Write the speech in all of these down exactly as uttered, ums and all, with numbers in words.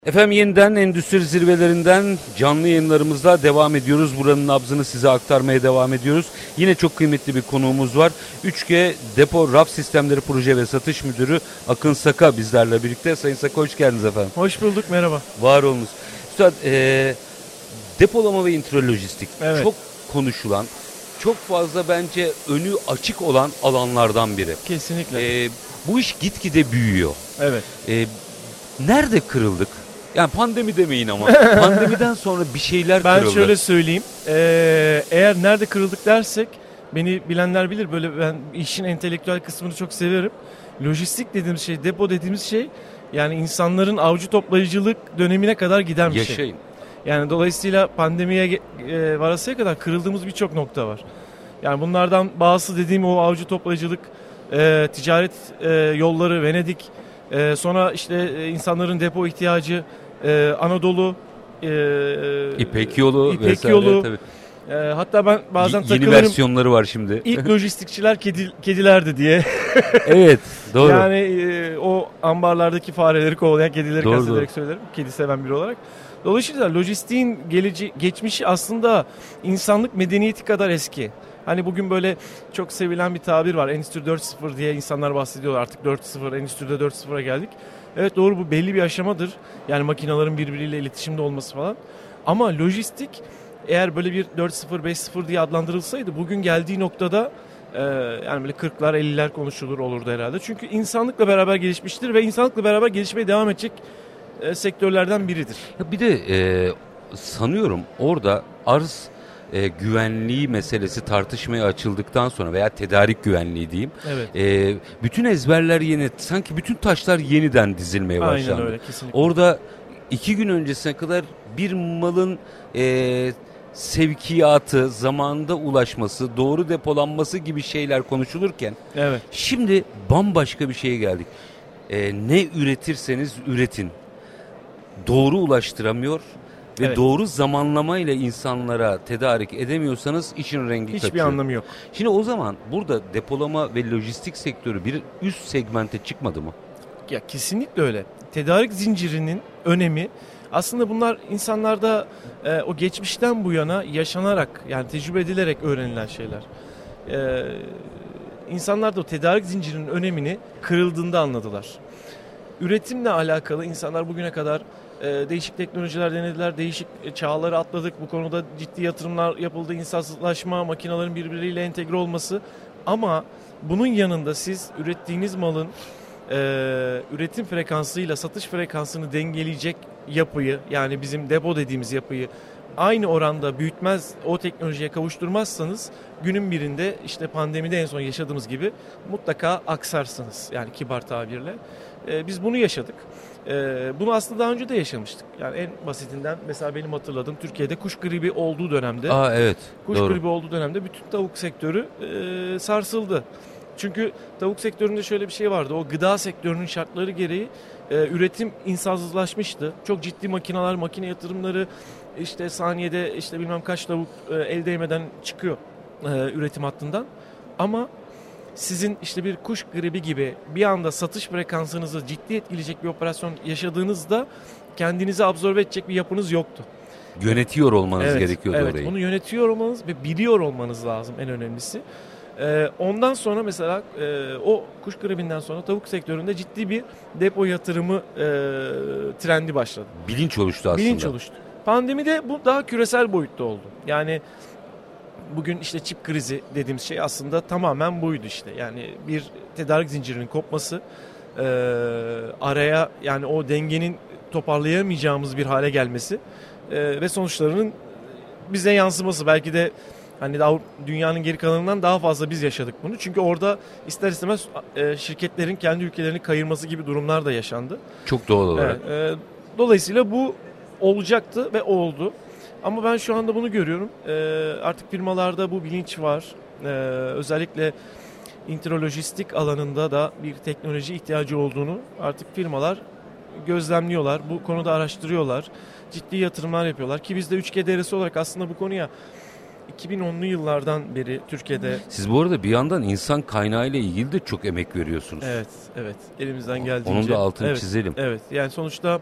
Efendim yeniden endüstri zirvelerinden canlı yayınlarımızla devam ediyoruz. Buranın nabzını size aktarmaya devam ediyoruz. Yine çok kıymetli bir konuğumuz var. üç G Depo Raf Sistemleri Proje ve Satış Müdürü Akın Saka bizlerle birlikte. Sayın Saka hoş geldiniz efendim. Hoş bulduk, merhaba. Var olunuz. Üstad, e, depolama ve intralojistik Evet. çok konuşulan, çok fazla bence önü açık olan alanlardan biri. Kesinlikle. E, bu iş gitgide büyüyor. Evet. E, nerede kırıldık? Yani pandemi demeyin ama pandemiden sonra bir şeyler Ben kırıldı. şöyle söyleyeyim. Ee, eğer nerede kırıldık dersek, beni bilenler bilir, böyle ben işin entelektüel kısmını çok severim. Lojistik dediğimiz şey, depo dediğimiz şey, yani insanların avcı toplayıcılık dönemine kadar giden bir şey. Yaşayın. Yani dolayısıyla pandemiye e, varasıya kadar kırıldığımız birçok nokta var. Yani bunlardan bazısı dediğim o avcı toplayıcılık, e, ticaret e, yolları, Venedik, e, sonra işte e, insanların depo ihtiyacı, e, Anadolu, e, İpek yolu İpek vesaire yolu. tabii. E, hatta ben bazen Y- yeni takılırım, versiyonları var şimdi. ilk lojistikçiler kedi, kedilerdi diye. Evet, doğru. Yani e, o ambarlardaki fareleri kovalayan kedileri Doğru, kastederek doğru. söylerim. Kedi seven biri olarak. Dolayısıyla lojistiğin geleceği, geçmişi aslında insanlık medeniyeti kadar eski. Hani bugün böyle çok sevilen bir tabir var. Endüstri dört nokta sıfır diye insanlar bahsediyorlar. Artık dört nokta sıfır, endüstride dört nokta sıfıra geldik. Evet, doğru, bu belli bir aşamadır. Yani makinelerin birbiriyle iletişimde olması falan. Ama lojistik eğer böyle bir dört nokta sıfır, beş nokta sıfır diye adlandırılsaydı bugün geldiği noktada e, yani böyle kırklar, elliler konuşulur olurdu herhalde. Çünkü insanlıkla beraber gelişmiştir ve insanlıkla beraber gelişmeye devam edecek e, sektörlerden biridir. Ya bir de e, sanıyorum orada arz e, güvenliği meselesi tartışmaya açıldıktan sonra veya tedarik güvenliği diyeyim. Evet. E, bütün ezberler yeni, sanki bütün taşlar yeniden dizilmeye başlandı. Aynen öyle, kesinlikle. Orada iki gün öncesine kadar bir malın e, sevkiyatı, zamanında ulaşması, doğru depolanması gibi şeyler konuşulurken Evet. şimdi bambaşka bir şeye geldik. E, ne üretirseniz üretin. Doğru ulaştıramıyor ve Evet. doğru zamanlamayla insanlara tedarik edemiyorsanız işin rengi Hiçbir kaçıyor. anlamı yok. Şimdi o zaman burada depolama ve lojistik sektörü bir üst segmente çıkmadı mı? Ya kesinlikle öyle. Tedarik zincirinin önemi aslında bunlar insanlarda e, o geçmişten bu yana yaşanarak, yani tecrübe edilerek öğrenilen şeyler. E, insanlar da o tedarik zincirinin önemini kırıldığında anladılar. Üretimle alakalı insanlar bugüne kadar e, değişik teknolojiler denediler, değişik çağları atladık. Bu konuda ciddi yatırımlar yapıldı, insansızlaşma, makinelerin birbiriyle entegre olması. Ama bunun yanında siz ürettiğiniz malın e, üretim frekansıyla satış frekansını dengeleyecek yapıyı, yani bizim depo dediğimiz yapıyı aynı oranda büyütmez, o teknolojiye kavuşturmazsanız günün birinde işte pandemide en son yaşadığımız gibi mutlaka aksarsınız, yani kibar tabirle. Ee, biz bunu yaşadık. Ee, bunu aslında daha önce de yaşamıştık. Yani en basitinden mesela benim hatırladığım Türkiye'de kuş gribi olduğu dönemde, Aa evet. kuş doğru. gribi olduğu dönemde bütün tavuk sektörü e, sarsıldı. Çünkü tavuk sektöründe şöyle bir şey vardı. O gıda sektörünün şartları gereği e, üretim insansızlaşmıştı. Çok ciddi makineler, makine yatırımları, işte saniyede işte bilmem kaç tavuk e, el değmeden çıkıyor e, üretim hattından. Ama sizin işte bir kuş gribi gibi bir anda satış frekansınızı ciddi etkileyecek bir operasyon yaşadığınızda kendinizi absorbe edecek bir yapınız yoktu. Yönetiyor olmanız Evet, gerekiyordu evet, orayı. bunu yönetiyor olmanız ve biliyor olmanız lazım, en önemlisi. Ee, ondan sonra mesela e, o kuş gribinden sonra tavuk sektöründe ciddi bir depo yatırımı e, trendi başladı. Bilinç oluştu aslında. Bilinç oluştu. Pandemide bu daha küresel boyutta oldu. Yani bugün işte çip krizi dediğimiz şey aslında tamamen buydu işte. Yani bir tedarik zincirinin kopması, e, araya yani o dengenin toparlayamayacağımız bir hale gelmesi e, ve sonuçlarının bize yansıması. Belki de hani daha dünyanın geri kalanından daha fazla biz yaşadık bunu. Çünkü orada ister istemez e, şirketlerin kendi ülkelerini kayırması gibi durumlar da yaşandı. Çok doğal olarak. Evet, e, dolayısıyla bu olacaktı ve oldu. Ama ben şu anda bunu görüyorum. E, artık firmalarda bu bilinç var. E, özellikle intralojistik alanında da bir teknoloji ihtiyacı olduğunu artık firmalar gözlemliyorlar. Bu konuda araştırıyorlar. Ciddi yatırımlar yapıyorlar. Ki biz de üç G D'si olarak aslında bu konuya iki bin onlu yıllardan beri Türkiye'de... Siz bu arada bir yandan insan kaynağı ile ilgili de çok emek veriyorsunuz. Evet, evet. Elimizden geldiğince. Onun da altını evet, çizelim. Evet, yani sonuçta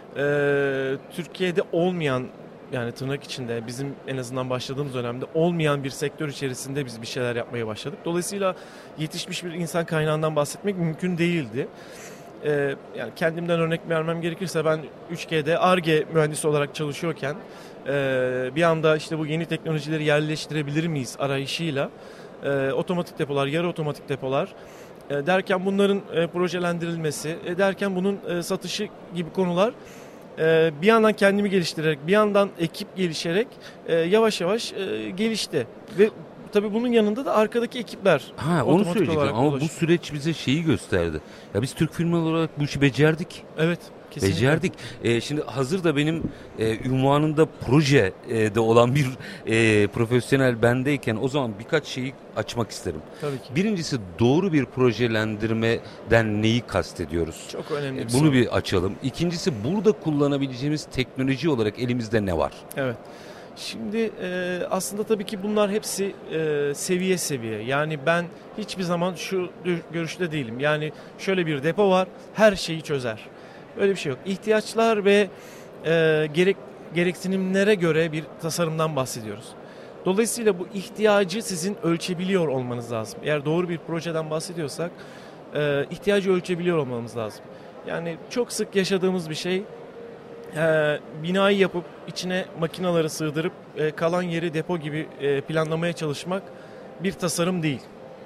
e, Türkiye'de olmayan, yani tırnak içinde bizim en azından başladığımız dönemde olmayan bir sektör içerisinde biz bir şeyler yapmaya başladık. Dolayısıyla yetişmiş bir insan kaynağından bahsetmek mümkün değildi. Ee, yani kendimden örnek vermem gerekirse ben üç G'de Ar-Ge mühendisi olarak çalışıyorken e, bir anda işte bu yeni teknolojileri yerleştirebilir miyiz arayışıyla e, otomatik depolar, yarı otomatik depolar e, derken bunların e, projelendirilmesi e, derken bunun e, satışı gibi konular e, bir yandan kendimi geliştirerek bir yandan ekip gelişerek e, yavaş yavaş e, gelişti ve tabii bunun yanında da arkadaki ekipler. Ha, onu söyleyecektim ama ulaş. Bu süreç bize şeyi gösterdi. Ya biz Türk firmaları olarak bu işi becerdik. Evet. Kesinlikle. Becerdik. Ee, şimdi hazır da benim e, ünvanımda proje e, de olan bir e, profesyonel bendeyken o zaman birkaç şeyi açmak isterim. Tabii ki. Birincisi doğru bir projelendirmeden neyi kastediyoruz? Çok önemli bir e, Bunu soru. bir açalım. İkincisi burada kullanabileceğimiz teknoloji olarak elimizde ne var? Evet. Şimdi e, aslında tabii ki bunlar hepsi e, seviye seviye. Yani ben hiçbir zaman şu görüşte değilim. Yani şöyle bir depo var, her şeyi çözer. Öyle bir şey yok. İhtiyaçlar ve e, gerek gereksinimlere göre bir tasarımdan bahsediyoruz. Dolayısıyla bu ihtiyacı sizin ölçebiliyor olmanız lazım. Eğer doğru bir projeden bahsediyorsak e, ihtiyacı ölçebiliyor olmamız lazım. Yani çok sık yaşadığımız bir şey, e, binayı yapıp içine makinaları sığdırıp e, kalan yeri depo gibi e, planlamaya çalışmak bir tasarım değil.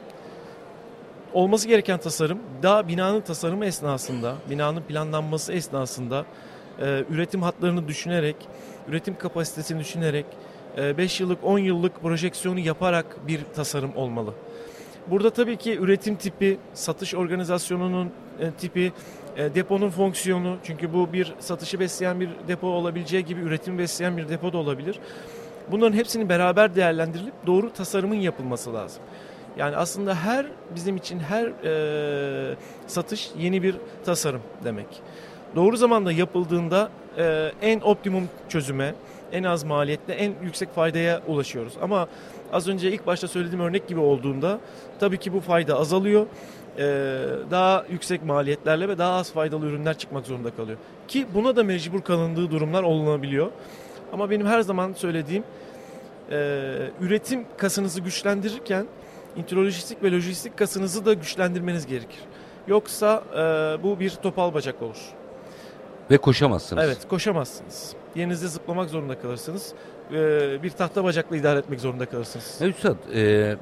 Olması gereken tasarım, daha binanın tasarımı esnasında, binanın planlanması esnasında e, üretim hatlarını düşünerek, üretim kapasitesini düşünerek, beş yıllık, on yıllık projeksiyonu yaparak bir tasarım olmalı. Burada tabii ki üretim tipi, satış organizasyonunun e, tipi, e, deponun fonksiyonu, çünkü bu bir satışı besleyen bir depo olabileceği gibi üretim besleyen bir depo da olabilir. Bunların hepsinin beraber değerlendirilip doğru tasarımın yapılması lazım. Yani aslında her bizim için her e, satış yeni bir tasarım demek. Doğru zamanda yapıldığında e, en optimum çözüme, en az maliyetle en yüksek faydaya ulaşıyoruz. Ama az önce ilk başta söylediğim örnek gibi olduğunda tabii ki bu fayda azalıyor. E, daha yüksek maliyetlerle ve daha az faydalı ürünler çıkmak zorunda kalıyor. Ki buna da mecbur kalındığı durumlar olunabiliyor. Ama benim her zaman söylediğim e, üretim kasınızı güçlendirirken intralojistik ve lojistik kasınızı da güçlendirmeniz gerekir. Yoksa e, bu bir topal bacak olur. Ve koşamazsınız. Evet, koşamazsınız. Yerinizde zıplamak zorunda kalırsınız. E, bir tahta bacakla idare etmek zorunda kalırsınız. Evet Üstad, e,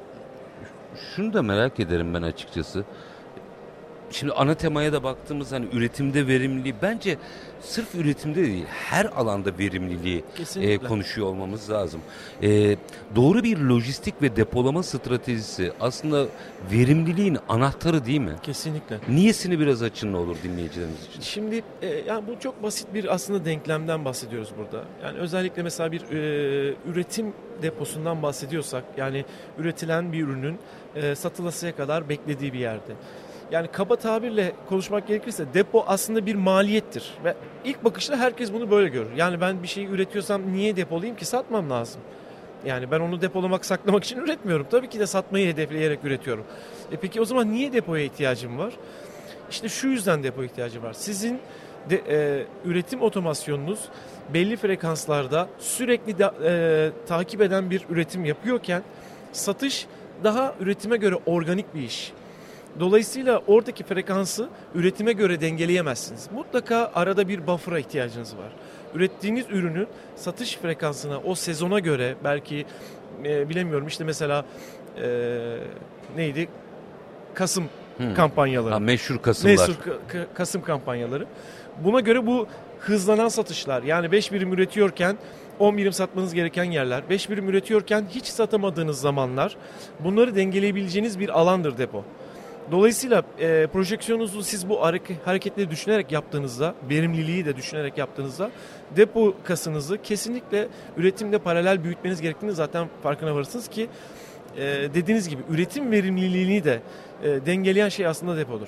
şunu da merak ederim ben açıkçası. Şimdi ana temaya da baktığımız hani üretimde verimliliği, bence sırf üretimde değil her alanda verimliliği e, konuşuyor olmamız lazım. E, doğru bir lojistik ve depolama stratejisi aslında verimliliğin anahtarı değil mi? Kesinlikle. Niyesini biraz açın ne olur dinleyicilerimiz için. Şimdi e, yani bu çok basit bir aslında denklemden bahsediyoruz burada. Yani özellikle mesela bir e, üretim deposundan bahsediyorsak, yani üretilen bir ürünün e, satılasıya kadar beklediği bir yerde. Yani kaba tabirle konuşmak gerekirse depo aslında bir maliyettir. Ve ilk bakışta herkes bunu böyle görür. Yani ben bir şeyi üretiyorsam niye depolayayım ki, satmam lazım. Yani ben onu depolamak, saklamak için üretmiyorum. Tabii ki de satmayı hedefleyerek üretiyorum. E peki o zaman niye depoya ihtiyacım var? İşte şu yüzden depo ihtiyacı var. Sizin de, e, üretim otomasyonunuz belli frekanslarda sürekli de, e, takip eden bir üretim yapıyorken satış daha üretime göre organik bir iş. Dolayısıyla oradaki frekansı üretime göre dengeleyemezsiniz. Mutlaka arada bir buffer'a ihtiyacınız var. Ürettiğiniz ürünün satış frekansına, o sezona göre belki e, bilemiyorum işte mesela e, neydi? Kasım hmm. kampanyaları. Ha, meşhur Kasımlar. Meşhur Ka- Kasım kampanyaları. Buna göre bu hızlanan satışlar, yani beş birim üretiyorken on birim satmanız gereken yerler, beş birim üretiyorken hiç satamadığınız zamanlar, bunları dengeleyebileceğiniz bir alandır depo. Dolayısıyla e, projeksiyonunuzu siz bu hareketleri düşünerek yaptığınızda, verimliliği de düşünerek yaptığınızda depo kasınızı kesinlikle üretimde paralel büyütmeniz gerektiğini zaten farkına varırsınız ki e, dediğiniz gibi üretim verimliliğini de e, dengeleyen şey aslında depodur.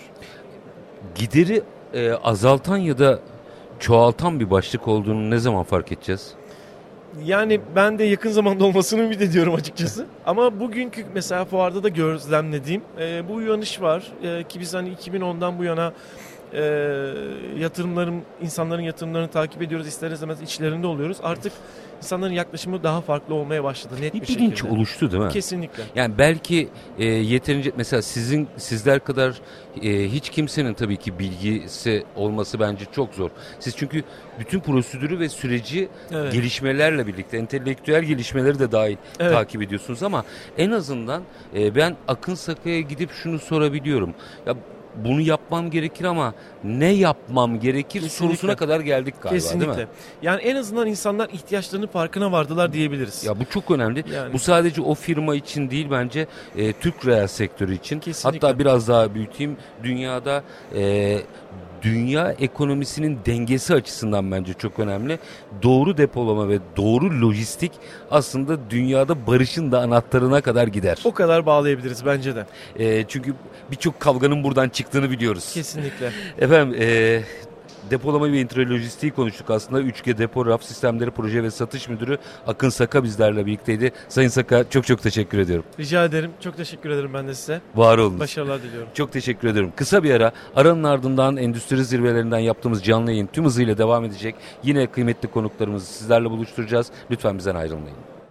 Gideri e, azaltan ya da çoğaltan bir başlık olduğunu ne zaman fark edeceğiz? Yani ben de yakın zamanda olmasını ümit ediyorum açıkçası. Ama bugünkü mesela fuarda da gözlemlediğim e, bu uyanış var. E, ki biz hani iki bin ondan bu yana e, yatırımların, insanların yatırımlarını takip ediyoruz. İster istemez içlerinde oluyoruz. Artık insanların yaklaşımı daha farklı olmaya başladı net bir, Bir şekilde. bilinç oluştu değil mi? Kesinlikle. Yani belki e, yeterince mesela sizin sizler kadar e, hiç kimsenin tabii ki bilgisi olması bence çok zor. Siz çünkü bütün prosedürü ve süreci Evet. gelişmelerle birlikte entelektüel gelişmeleri de dahil Evet. takip ediyorsunuz ama en azından e, ben Akın Saka'ya gidip şunu sorabiliyorum. Ya bunu yapmam gerekir ama ne yapmam gerekir Kesinlikle. sorusuna kadar geldik galiba Kesinlikle. değil mi? Yani en azından insanlar ihtiyaçlarının farkına vardılar diyebiliriz. Ya bu çok önemli. Yani. Bu sadece o firma için değil bence e, Türk reel sektörü için. Kesinlikle. Hatta biraz daha büyüteyim. Dünyada e, dünya ekonomisinin dengesi açısından bence çok önemli. Doğru depolama ve doğru lojistik aslında dünyada barışın da anahtarına kadar gider. O kadar bağlayabiliriz bence de. E, çünkü birçok kavganın buradan çıktığını biliyoruz. Kesinlikle. Efendim e, depolama ve intralojistiği konuştuk aslında. üç G Depo Raf Sistemleri Proje ve Satış Müdürü Akın Saka bizlerle birlikteydi. Sayın Saka çok çok teşekkür ediyorum. Rica ederim. Çok teşekkür ederim ben de size. Var olun. Başarılar diliyorum. Çok teşekkür ediyorum. Kısa bir ara, aranın ardından endüstri zirvelerinden yaptığımız canlı yayın tüm hızıyla devam edecek. Yine kıymetli konuklarımızı sizlerle buluşturacağız. Lütfen bizden ayrılmayın.